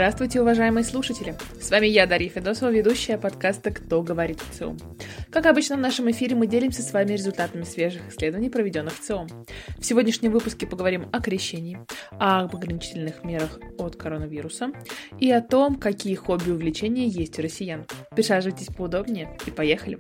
Здравствуйте, уважаемые слушатели! С вами я, Дарья Федосова, ведущая подкаста «Кто говорит в ЦИОМ». Как обычно в нашем эфире мы делимся с вами результатами свежих исследований, проведенных в ЦИОМ. В сегодняшнем выпуске поговорим о крещении, об ограничительных мерах от коронавируса и о том, какие хобби и увлечения есть у россиян. Присаживайтесь поудобнее и поехали!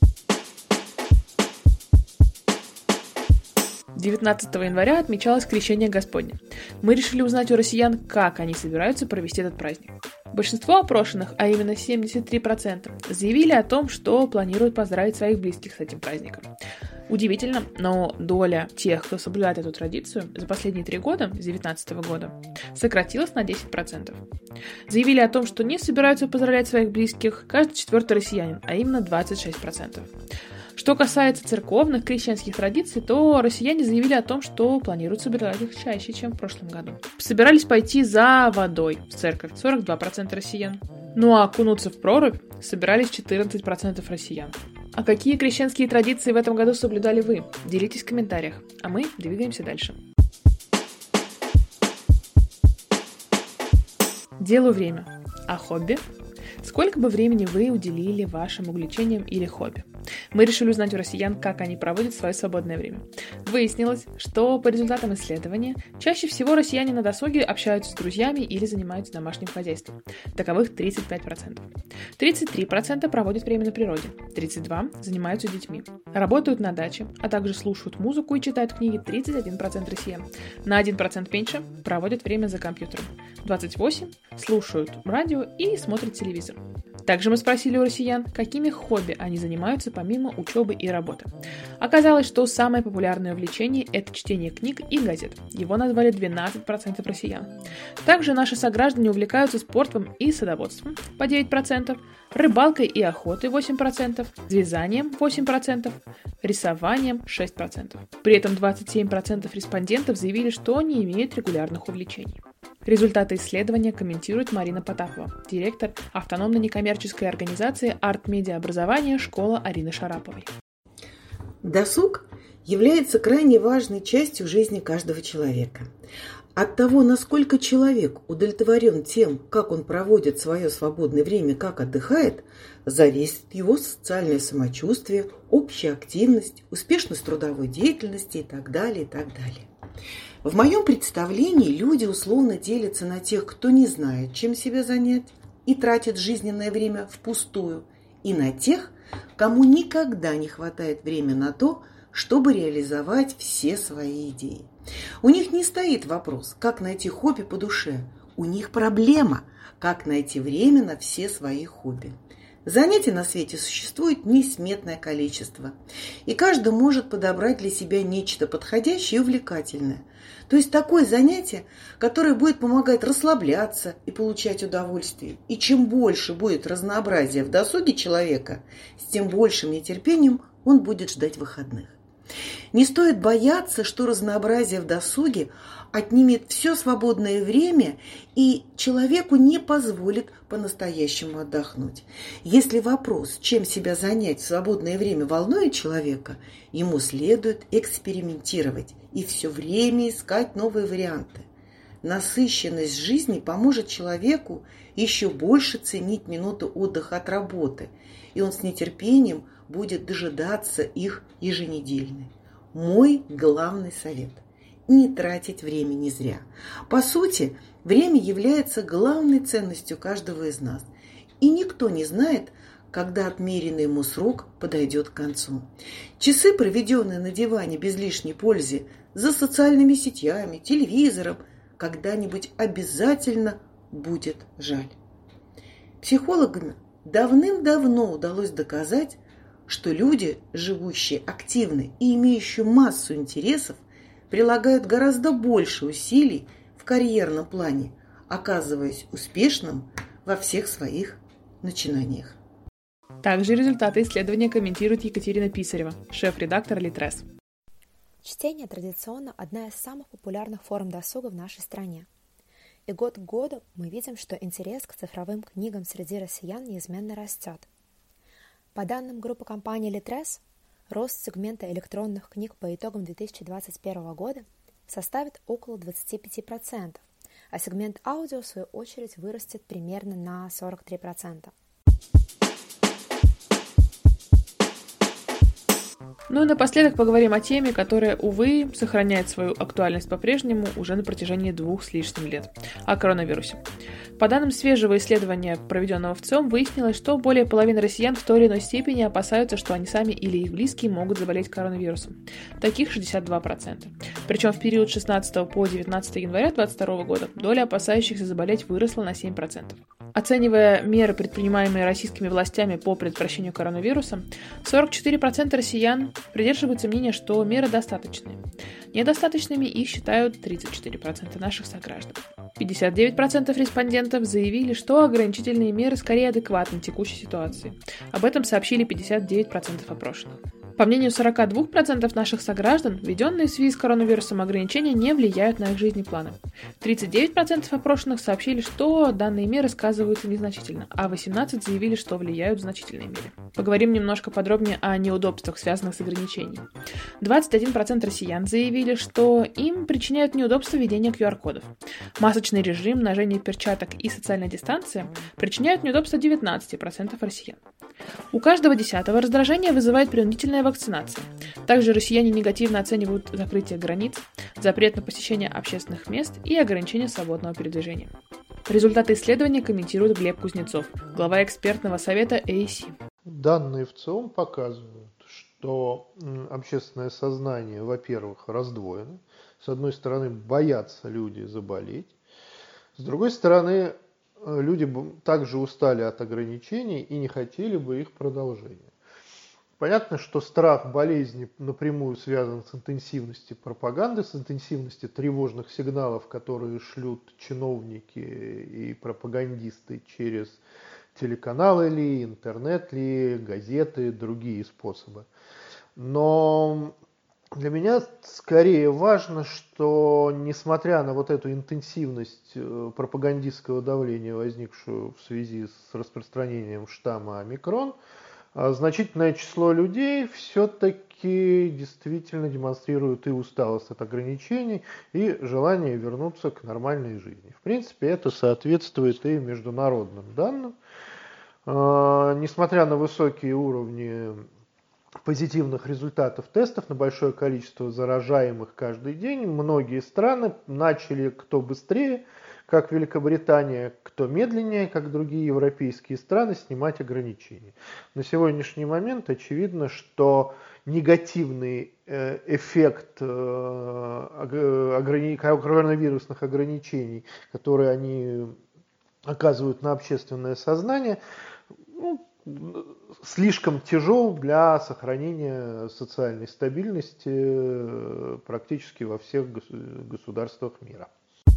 19 января отмечалось Крещение Господне. Мы решили узнать у россиян, как они собираются провести этот праздник. Большинство опрошенных, а именно 73%, заявили о том, что планируют поздравить своих близких с этим праздником. Удивительно, но доля тех, кто соблюдает эту традицию, за последние 3 года, с 2019 года, сократилась на 10%. Заявили о том, что не собираются поздравлять своих близких каждый 4-й россиянин, а именно 26%. Что касается церковных крещенских традиций, то россияне заявили о том, что планируют собирать их чаще, чем в прошлом году. Собирались пойти за водой в церковь 42% россиян. Ну а окунуться в прорубь собирались 14% россиян. А какие крещенские традиции в этом году соблюдали вы? Делитесь в комментариях, а мы двигаемся дальше. Делу время. А хобби? Сколько бы времени вы уделили вашим увлечениям или хобби? Мы решили узнать у россиян, как они проводят свое свободное время. Выяснилось, что по результатам исследования чаще всего россияне на досуге общаются с друзьями или занимаются домашним хозяйством. Таковых 35%. 33% проводят время на природе, 32% занимаются детьми. Работают на даче, а также слушают музыку и читают книги 31% россиян. На 1% меньше проводят время за компьютером. 28% слушают радио и смотрят телевизор. Также мы спросили у россиян, какими хобби они занимаются помимо учебы и работы. Оказалось, что самое популярное увлечение – это чтение книг и газет. Его назвали 12% россиян. Также наши сограждане увлекаются спортом и садоводством по 9%, рыбалкой и охотой 8%, вязанием 8%, рисованием 6%. При этом 27% респондентов заявили, что не имеют регулярных увлечений. Результаты исследования комментирует Марина Потапова, директор автономной некоммерческой организации арт-медиа-образования «Школа Арины Шараповой». Досуг является крайне важной частью жизни каждого человека. От того, насколько человек удовлетворен тем, как он проводит свое свободное время, как отдыхает, зависит его социальное самочувствие, общая активность, успешность трудовой деятельности и так далее, и так далее. В моем представлении люди условно делятся на тех, кто не знает, чем себя занять и тратит жизненное время впустую, и на тех, кому никогда не хватает времени на то, чтобы реализовать все свои идеи. У них не стоит вопрос, как найти хобби по душе. У них проблема, как найти время на все свои хобби. Занятий на свете существует несметное количество, и каждый может подобрать для себя нечто подходящее и увлекательное. То есть такое занятие, которое будет помогать расслабляться и получать удовольствие. И чем больше будет разнообразия в досуге человека, с тем большим нетерпением он будет ждать выходных. Не стоит бояться, что разнообразие в досуге отнимет все свободное время и человеку не позволит по-настоящему отдохнуть. Если вопрос, чем себя занять в свободное время, волнует человека, ему следует экспериментировать и все время искать новые варианты. Насыщенность жизни поможет человеку еще больше ценить минуты отдыха от работы, и он с нетерпением будет дожидаться их еженедельно. Мой главный совет – не тратить времени зря. По сути, время является главной ценностью каждого из нас, и никто не знает, когда отмеренный ему срок подойдет к концу. Часы, проведенные на диване без лишней пользы, за социальными сетями, телевизором, когда-нибудь обязательно будет жаль. Психологам давным-давно удалось доказать, что люди, живущие активно и имеющие массу интересов, прилагают гораздо больше усилий в карьерном плане, оказываясь успешным во всех своих начинаниях. Также результаты исследования комментирует Екатерина Писарева, шеф-редактор Литрес. Чтение традиционно одна из самых популярных форм досуга в нашей стране. И год к году мы видим, что интерес к цифровым книгам среди россиян неизменно растет. По данным группы компании Литрес, рост сегмента электронных книг по итогам 2021 года составит около 25%, а сегмент аудио, в свою очередь, вырастет примерно на 43%. Ну и напоследок поговорим о теме, которая, увы, сохраняет свою актуальность по-прежнему уже на протяжении 2 с лишним лет – о коронавирусе. По данным свежего исследования, проведенного в ЦИОМ, выяснилось, что более половины россиян в той или иной степени опасаются, что они сами или их близкие могут заболеть коронавирусом. Таких 62%. Причем в период с 16 по 19 января 2022 года доля опасающихся заболеть выросла на 7%. Оценивая меры, предпринимаемые российскими властями по предотвращению коронавируса, 44% россиян придерживаются мнения, что меры достаточны. Недостаточными их считают 34% наших сограждан. 59% респондентов заявили, что ограничительные меры скорее адекватны текущей ситуации. Об этом сообщили 59% опрошенных. По мнению 42% наших сограждан, введенные в связи с коронавирусом ограничения не влияют на их жизни планы. 39% опрошенных сообщили, что данные меры сказываются незначительно, а 18% заявили, что влияют в значительной мере. Поговорим немножко подробнее о неудобствах, связанных с ограничениями. 21% россиян заявили, что им причиняют неудобства введения QR-кодов. Масочный режим, ношение перчаток и социальная дистанция причиняют неудобства 19% россиян. У каждого 10-го раздражение вызывает принудительная вакцинация. Также россияне негативно оценивают закрытие границ, запрет на посещение общественных мест и ограничение свободного передвижения. Результаты исследования комментирует Глеб Кузнецов, глава экспертного совета AAC. Данные в ЦИОМ показывают, что общественное сознание, во-первых, раздвоено. С одной стороны, боятся люди заболеть. С другой стороны, люди также устали от ограничений и не хотели бы их продолжения. Понятно, что страх болезни напрямую связан с интенсивностью пропаганды, с интенсивностью тревожных сигналов, которые шлют чиновники и пропагандисты через телеканалы ли, интернет ли, газеты, другие способы. Но для меня скорее важно, что несмотря на вот эту интенсивность пропагандистского давления, возникшую в связи с распространением штамма омикрон, значительное число людей все-таки действительно демонстрирует и усталость от ограничений, и желание вернуться к нормальной жизни. В принципе, это соответствует и международным данным. Несмотря на высокие уровни позитивных результатов тестов, на большое количество заражаемых каждый день, многие страны начали кто быстрее, как Великобритания, кто медленнее, как другие европейские страны, снимать ограничения. На сегодняшний момент очевидно, что негативный эффект коронавирусных ограничений, которые они оказывают на общественное сознание, слишком тяжел для сохранения социальной стабильности практически во всех государствах мира.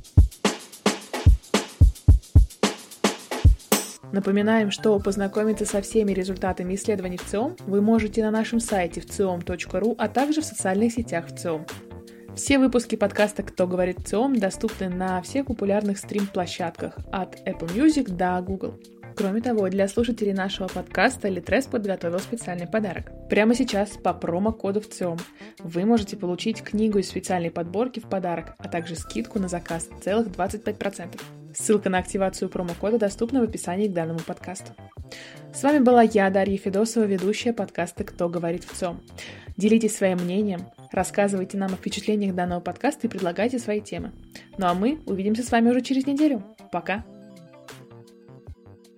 Напоминаем, что познакомиться со всеми результатами исследований в ЦИОМ вы можете на нашем сайте вциом.ру, а также в социальных сетях в ЦИОМ. Все выпуски подкаста «Кто говорит ЦИОМ» доступны на всех популярных стрим-площадках от Apple Music до Google. Кроме того, для слушателей нашего подкаста Litres подготовил специальный подарок. Прямо сейчас по промокоду в ЦИОМ вы можете получить книгу из специальной подборки в подарок, а также скидку на заказ целых 25%. Ссылка на активацию промокода доступна в описании к данному подкасту. С вами была я, Дарья Федосова, ведущая подкаста «Кто говорит в ЦИОМ». Делитесь своим мнением, рассказывайте нам о впечатлениях данного подкаста и предлагайте свои темы. Ну а мы увидимся с вами уже через неделю. Пока!